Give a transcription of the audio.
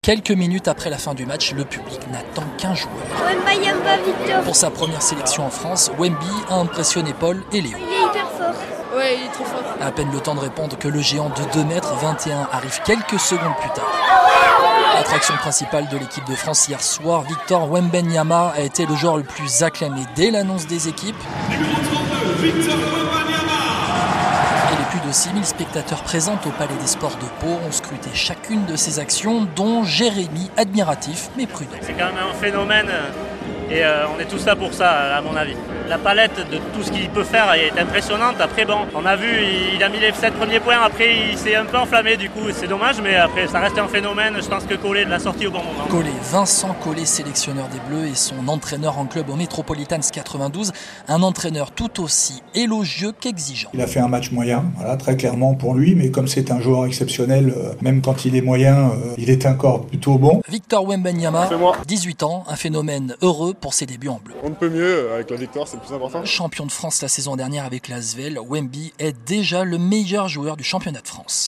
Quelques minutes après la fin du match, le public n'attend qu'un joueur. Wembanyama Victor. Pour sa première sélection en France, Wemby a impressionné Paul et Léo. Il est hyper fort. Ouais, il est trop fort. À peine le temps de répondre que le géant de 2,21 m arrive quelques secondes plus tard. L'attraction principale de l'équipe de France hier soir, Victor Wembanyama a été le joueur le plus acclamé dès l'annonce des équipes. Et les plus de 6000 spectateurs présents au Palais des Sports de Pau ont scruté chacune de ses actions, dont Jérémy, admiratif mais prudent. C'est quand même un phénomène et on est tous là pour ça, à mon avis. La palette de tout ce qu'il peut faire est impressionnante. Après, bon, on a vu, il a mis les 7 premiers points. Après, il s'est un peu enflammé, du coup, c'est dommage. Mais après, ça reste un phénomène. Je pense que Collet l'a sorti au bon moment. Collet, Vincent Collet, sélectionneur des Bleus et son entraîneur en club au Metropolitans 92. Un entraîneur tout aussi élogieux qu'exigeant. Il a fait un match moyen, voilà, très clairement pour lui. Mais comme c'est un joueur exceptionnel, même quand il est moyen, il est encore plutôt bon. Victor Wembanyama, 18 ans, un phénomène heureux pour ses débuts en bleu. On ne peut mieux avec la victoire, c'est le plus important. Champion de France la saison dernière avec l'Asvel, Wemby est déjà le meilleur joueur du championnat de France.